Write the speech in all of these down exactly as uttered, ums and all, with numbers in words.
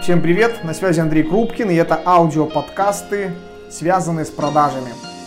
Всем привет, на связи Андрей Крупкин, и это аудиоподкасты, связанные с продажами.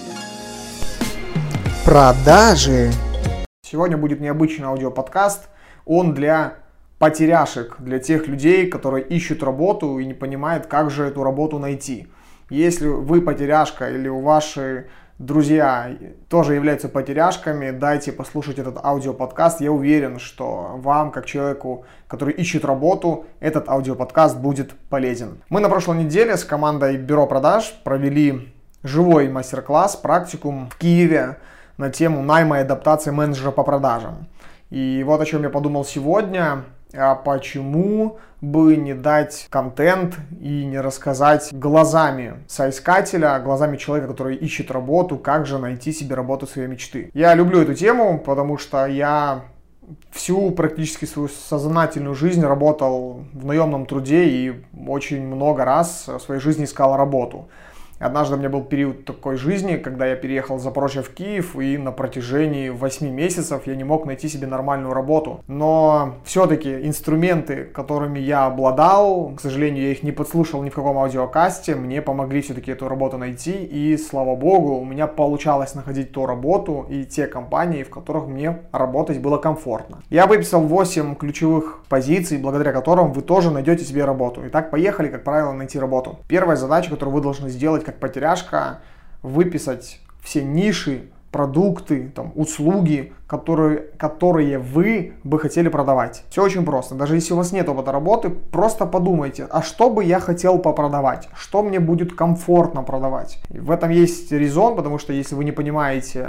Продажи. Сегодня будет необычный аудиоподкаст, он для потеряшек, для тех людей, которые ищут работу и не понимают, как же эту работу найти. Если вы потеряшка или у ваши друзья тоже являются потеряшками, дайте послушать этот аудиоподкаст. Я уверен, что вам, как человеку, который ищет работу, этот аудиоподкаст будет полезен. Мы на прошлой неделе с командой Бюро продаж провели живой мастер-класс, практикум в Киеве на тему найма и адаптации менеджера по продажам. И вот о чем я подумал сегодня. А почему бы не дать контент и не рассказать глазами соискателя, глазами человека, который ищет работу, как же найти себе работу своей мечты. Я люблю эту тему, потому что я всю практически свою сознательную жизнь работал в наемном труде и очень много раз в своей жизни искал работу. Однажды у меня был период такой жизни, когда я переехал из Запорожья в Киев, и на протяжении восьми месяцев я не мог найти себе нормальную работу. Но все-таки инструменты, которыми я обладал, к сожалению, я их не подслушал ни в каком аудиокасте, мне помогли все-таки эту работу найти, и слава богу, у меня получалось находить ту работу и те компании, в которых мне работать было комфортно. Я выписал восемь ключевых позиций, благодаря которым вы тоже найдете себе работу. Итак, поехали, как правило, найти работу. Первая задача, которую вы должны сделать как потеряшка, выписать все ниши, продукты, там, услуги, которые, которые вы бы хотели продавать. Все очень просто. Даже если у вас нет опыта работы, просто подумайте, а что бы я хотел попродавать? Что мне будет комфортно продавать? И в этом есть резон, потому что если вы не понимаете,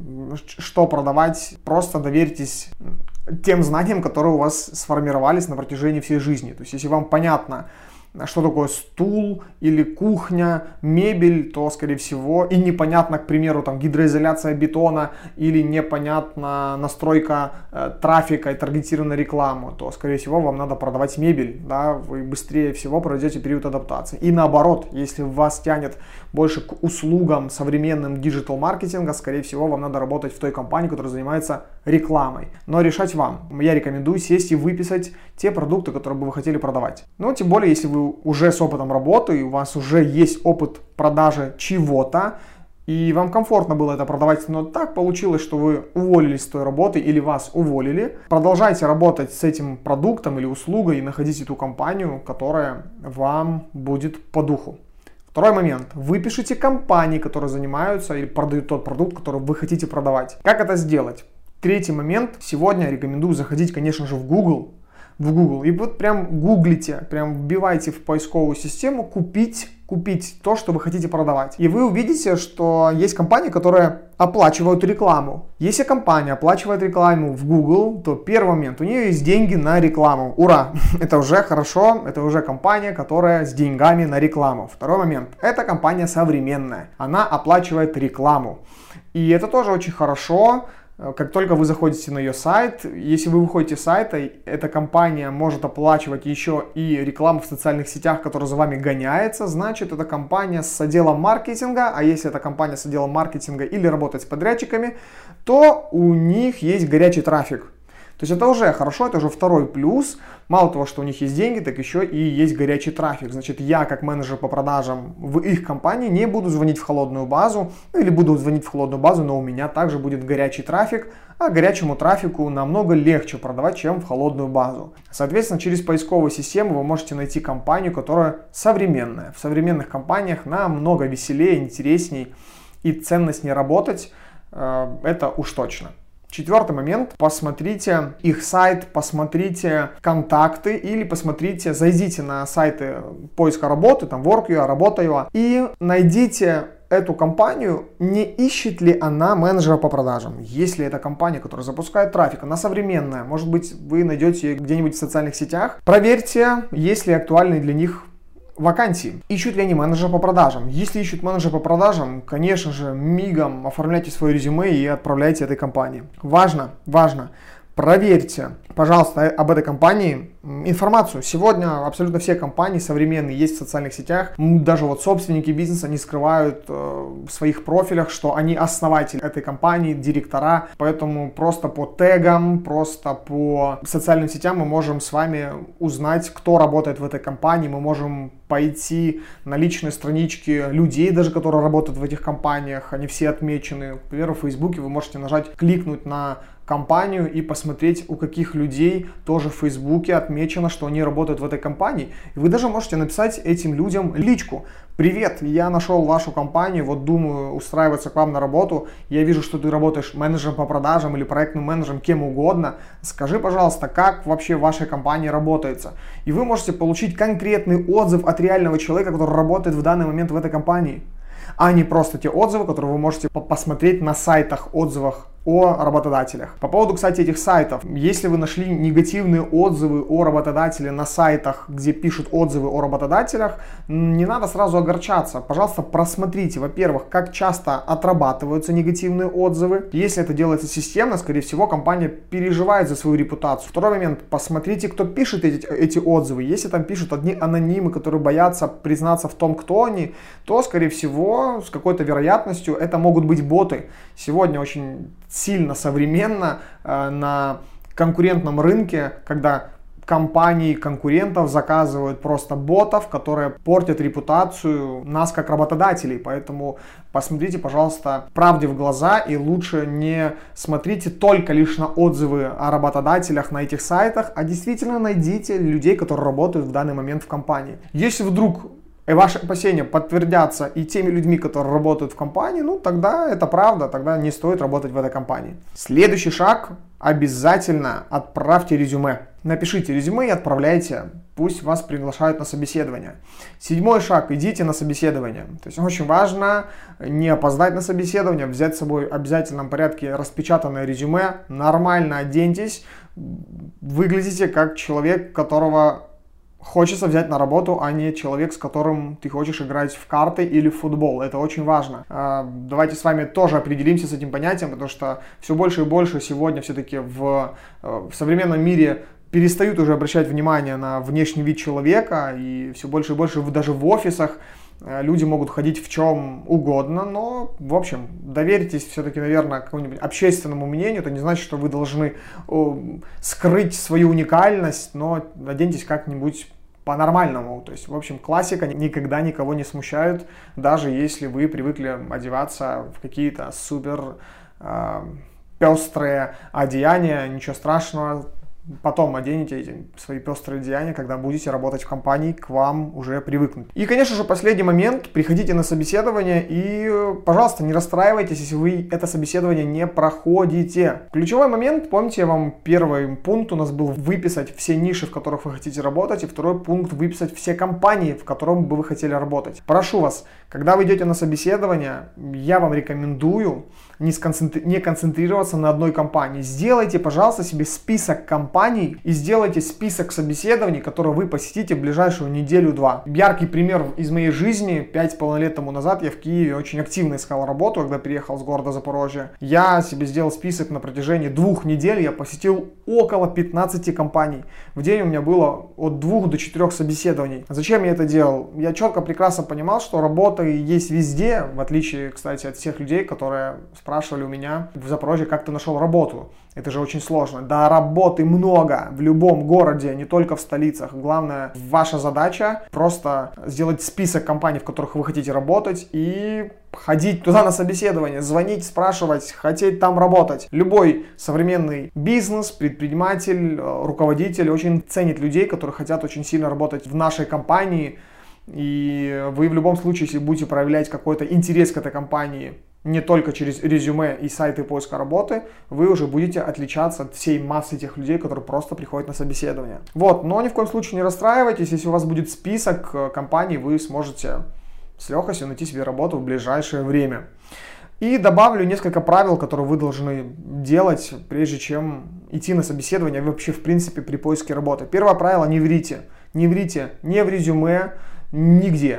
что продавать, просто доверьтесь тем знаниям, которые у вас сформировались на протяжении всей жизни. То есть, если вам понятно, что такое стул или кухня, мебель, то, скорее всего, и непонятно, к примеру, там гидроизоляция бетона или непонятна настройка э, трафика и таргетированной рекламы, то, скорее всего, вам надо продавать мебель, да, вы быстрее всего пройдете период адаптации. И наоборот, если вас тянет больше к услугам современным диджитал-маркетинга, скорее всего, вам надо работать в той компании, которая занимается рекламой. Но решать вам. Я рекомендую сесть и выписать те продукты, которые бы вы хотели продавать. Ну, тем более, если вы уже с опытом работы, и у вас уже есть опыт продажи чего-то, и вам комфортно было это продавать, но так получилось, что вы уволились с той работы или вас уволили, продолжайте работать с этим продуктом или услугой и находите ту компанию, которая вам будет по духу. Второй момент. Выпишите компании, которые занимаются или продают тот продукт, который вы хотите продавать. Как это сделать? Третий момент. Сегодня рекомендую заходить, конечно же, в Google. В Google. И вот прям гуглите, прям вбивайте в поисковую систему «купить», «купить» то, что вы хотите продавать. И вы увидите, что есть компании, которые оплачивают рекламу. Если компания оплачивает рекламу в Google, то первый момент, у нее есть деньги на рекламу. Ура! Это уже хорошо, это уже компания, которая с деньгами на рекламу. Второй момент, эта компания современная, она оплачивает рекламу. И это тоже очень хорошо. Как только вы заходите на ее сайт, если вы выходите с сайта, эта компания может оплачивать еще и рекламу в социальных сетях, которая за вами гоняется, значит, это компания с отделом маркетинга, а если это компания с отделом маркетинга или работает с подрядчиками, то у них есть горячий трафик. То есть это уже хорошо, это уже второй плюс. Мало того, что у них есть деньги, так еще и есть горячий трафик. Значит, я как менеджер по продажам в их компании не буду звонить в холодную базу, или буду звонить в холодную базу, но у меня также будет горячий трафик, а горячему трафику намного легче продавать, чем в холодную базу. Соответственно, через поисковую систему вы можете найти компанию, которая современная. В современных компаниях намного веселее, интересней и ценностнее работать, это уж точно. Четвертый момент. Посмотрите их сайт, посмотрите контакты или посмотрите, зайдите на сайты поиска работы, там Work.ua, Работа.ua и найдите эту компанию, не ищет ли она менеджера по продажам. Если это компания, которая запускает трафик, она современная, может быть, вы найдете ее где-нибудь в социальных сетях, проверьте, есть ли актуальный для них вакансии. Ищут ли они менеджера по продажам? Если ищут менеджера по продажам, конечно же, мигом оформляйте свое резюме и отправляйте этой компании. Важно, важно, Проверьте, пожалуйста, об этой компании информацию. Сегодня абсолютно все компании современные есть в социальных сетях. Даже вот собственники бизнеса не скрывают э, в своих профилях, что они основатели этой компании, директора. Поэтому просто по тегам, просто по социальным сетям мы можем с вами узнать, кто работает в этой компании. Мы можем пойти на личные странички людей, даже которые работают в этих компаниях. Они все отмечены. К примеру, в Фейсбуке вы можете нажать, кликнуть на компанию и посмотреть, у каких людей тоже в Фейсбуке отмечено, что они работают в этой компании. И вы даже можете написать этим людям личку. Привет, я нашел вашу компанию, вот думаю устраиваться к вам на работу. Я вижу, что ты работаешь менеджером по продажам или проектным менеджером, кем угодно. Скажи, пожалуйста, как вообще в вашей компании работается. И вы можете получить конкретный отзыв от реального человека, который работает в данный момент в этой компании. А не просто те отзывы, которые вы можете посмотреть на сайтах, отзывах о работодателях. По поводу, кстати, этих сайтов. Если вы нашли негативные отзывы о работодателе на сайтах, где пишут отзывы о работодателях, не надо сразу огорчаться. Пожалуйста, просмотрите, во-первых, как часто отрабатываются негативные отзывы. Если это делается системно, скорее всего, компания переживает за свою репутацию. Второй момент. Посмотрите, кто пишет эти, эти отзывы. Если там пишут одни анонимы, которые боятся признаться в том, кто они, то, скорее всего, с какой-то вероятностью это могут быть боты. Сегодня очень сильно современно э, на конкурентном рынке, когда компании конкурентов заказывают просто ботов, которые портят репутацию нас как работодателей. Поэтому посмотрите, пожалуйста, правде в глаза и лучше не смотрите только лишь на отзывы о работодателях на этих сайтах, а действительно найдите людей, которые работают в данный момент в компании. Если вдруг и ваши опасения подтвердятся и теми людьми, которые работают в компании, ну тогда это правда, тогда не стоит работать в этой компании. Следующий шаг. Обязательно отправьте резюме. Напишите резюме и отправляйте. Пусть вас приглашают на собеседование. Седьмой шаг. Идите на собеседование. То есть очень важно не опоздать на собеседование, взять с собой в обязательном порядке распечатанное резюме, нормально оденьтесь, выглядите как человек, которого хочется взять на работу, а не человек, с которым ты хочешь играть в карты или в футбол. Это очень важно. Давайте с вами тоже определимся с этим понятием, потому что все больше и больше сегодня все-таки в, в современном мире перестают уже обращать внимание на внешний вид человека, и все больше и больше даже в офисах люди могут ходить в чем угодно, но, в общем, доверьтесь все-таки, наверное, какому-нибудь общественному мнению. Это не значит, что вы должны о, скрыть свою уникальность, но оденьтесь как-нибудь по-нормальному. То есть, в общем, классика никогда никого не смущает, даже если вы привыкли одеваться в какие-то супер э, пестрые одеяния, ничего страшного. Потом оденете эти свои пестрые деяния, когда будете работать в компании, к вам уже привыкнут. И, конечно же, последний момент. Приходите на собеседование и, пожалуйста, не расстраивайтесь, если вы это собеседование не проходите. Ключевой момент, помните, я вам первый пункт у нас был выписать все ниши, в которых вы хотите работать, и второй пункт выписать все компании, в которых бы вы хотели работать. Прошу вас, когда вы идете на собеседование, я вам рекомендую не, сконцентри... не концентрироваться на одной компании. Сделайте, пожалуйста, себе список компаний и сделайте список собеседований, которые вы посетите в ближайшую неделю-два. Яркий пример из моей жизни. Пять с половиной лет тому назад я в Киеве очень активно искал работу, когда приехал с города Запорожья. Я себе сделал список на протяжении двух недель. Я посетил около пятнадцати компаний. В день у меня было от двух до четырех собеседований. Зачем я это делал? Я четко, прекрасно понимал, что работа есть везде, в отличие, кстати, от всех людей, которые спрашивали у меня в Запорожье, как ты нашел работу. Это же очень сложно. Да, работы много в любом городе, не только в столицах. Главное, ваша задача просто сделать список компаний, в которых вы хотите работать, и ходить туда на собеседование, звонить, спрашивать, хотеть там работать. Любой современный бизнес, предприниматель, руководитель очень ценит людей, которые хотят очень сильно работать в нашей компании. И вы в любом случае, если будете проявлять какой-то интерес к этой компании, не только через резюме и сайты поиска работы, вы уже будете отличаться от всей массы тех людей, которые просто приходят на собеседование. Вот, но ни в коем случае не расстраивайтесь, если у вас будет список компаний, вы сможете с легкостью найти себе работу в ближайшее время. И добавлю несколько правил, которые вы должны делать, прежде чем идти на собеседование, вообще в принципе при поиске работы. Первое правило: не врите. Не врите ни в резюме, нигде.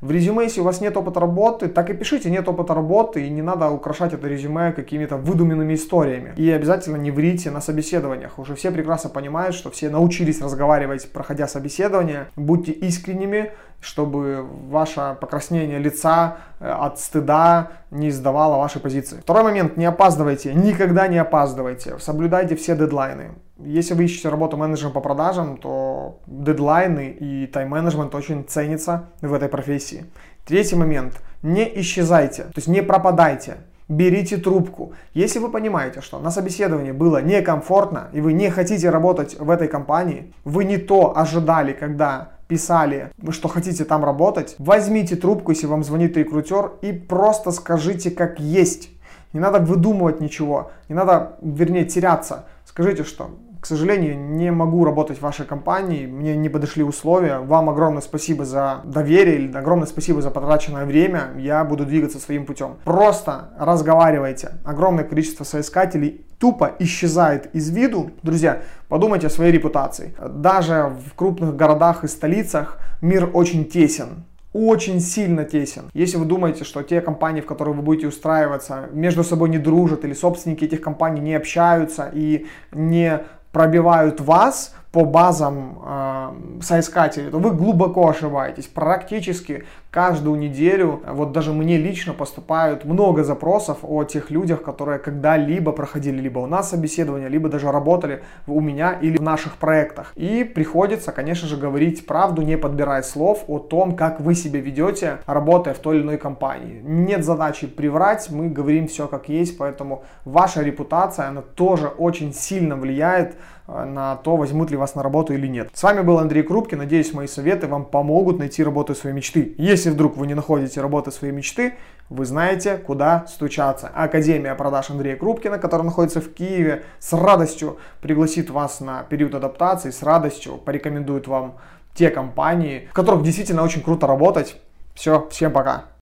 В резюме, если у вас нет опыта работы, так и пишите нет опыта работы, и не надо украшать это резюме какими-то выдуманными историями. И обязательно не врите на собеседованиях. Уже все прекрасно понимают, что все научились разговаривать, проходя собеседование. Будьте искренними, чтобы ваше покраснение лица от стыда не сдавало вашей позиции. Второй момент. Не опаздывайте. Никогда не опаздывайте. Соблюдайте все дедлайны. Если вы ищете работу менеджером по продажам, то дедлайны и тайм-менеджмент очень ценятся в этой профессии. Третий момент. Не исчезайте, то есть не пропадайте. Берите трубку. Если вы понимаете, что на собеседовании было некомфортно, и вы не хотите работать в этой компании, вы не то ожидали, когда писали, вы что хотите там работать, возьмите трубку, если вам звонит рекрутер, и просто скажите как есть. Не надо выдумывать ничего, не надо, вернее, теряться. Скажите, что, к сожалению, не могу работать в вашей компании, мне не подошли условия, вам огромное спасибо за доверие, или огромное спасибо за потраченное время, я буду двигаться своим путем. Просто разговаривайте. Огромное количество соискателей тупо исчезает из виду. Друзья, подумайте о своей репутации. Даже в крупных городах и столицах мир очень тесен. Очень сильно тесен. Если вы думаете, что те компании, в которые вы будете устраиваться, между собой не дружат, или собственники этих компаний не общаются и не пробивают вас по базам э, соискателей, то вы глубоко ошибаетесь. Практически каждую неделю, вот даже мне лично поступают много запросов о тех людях, которые когда-либо проходили либо у нас собеседование, либо даже работали у меня или в наших проектах. И приходится, конечно же, говорить правду, не подбирая слов о том, как вы себя ведете, работая в той или иной компании. Нет задачи приврать, мы говорим все как есть, поэтому ваша репутация, она тоже очень сильно влияет на то, возьмут ли вас на работу или нет. С вами был Андрей Крупкин. Надеюсь, мои советы вам помогут найти работу своей мечты. Если вдруг вы не находите работу своей мечты, вы знаете, куда стучаться. Академия продаж Андрея Крупкина, которая находится в Киеве, с радостью пригласит вас на период адаптации, с радостью порекомендует вам те компании, в которых действительно очень круто работать. Все, всем пока.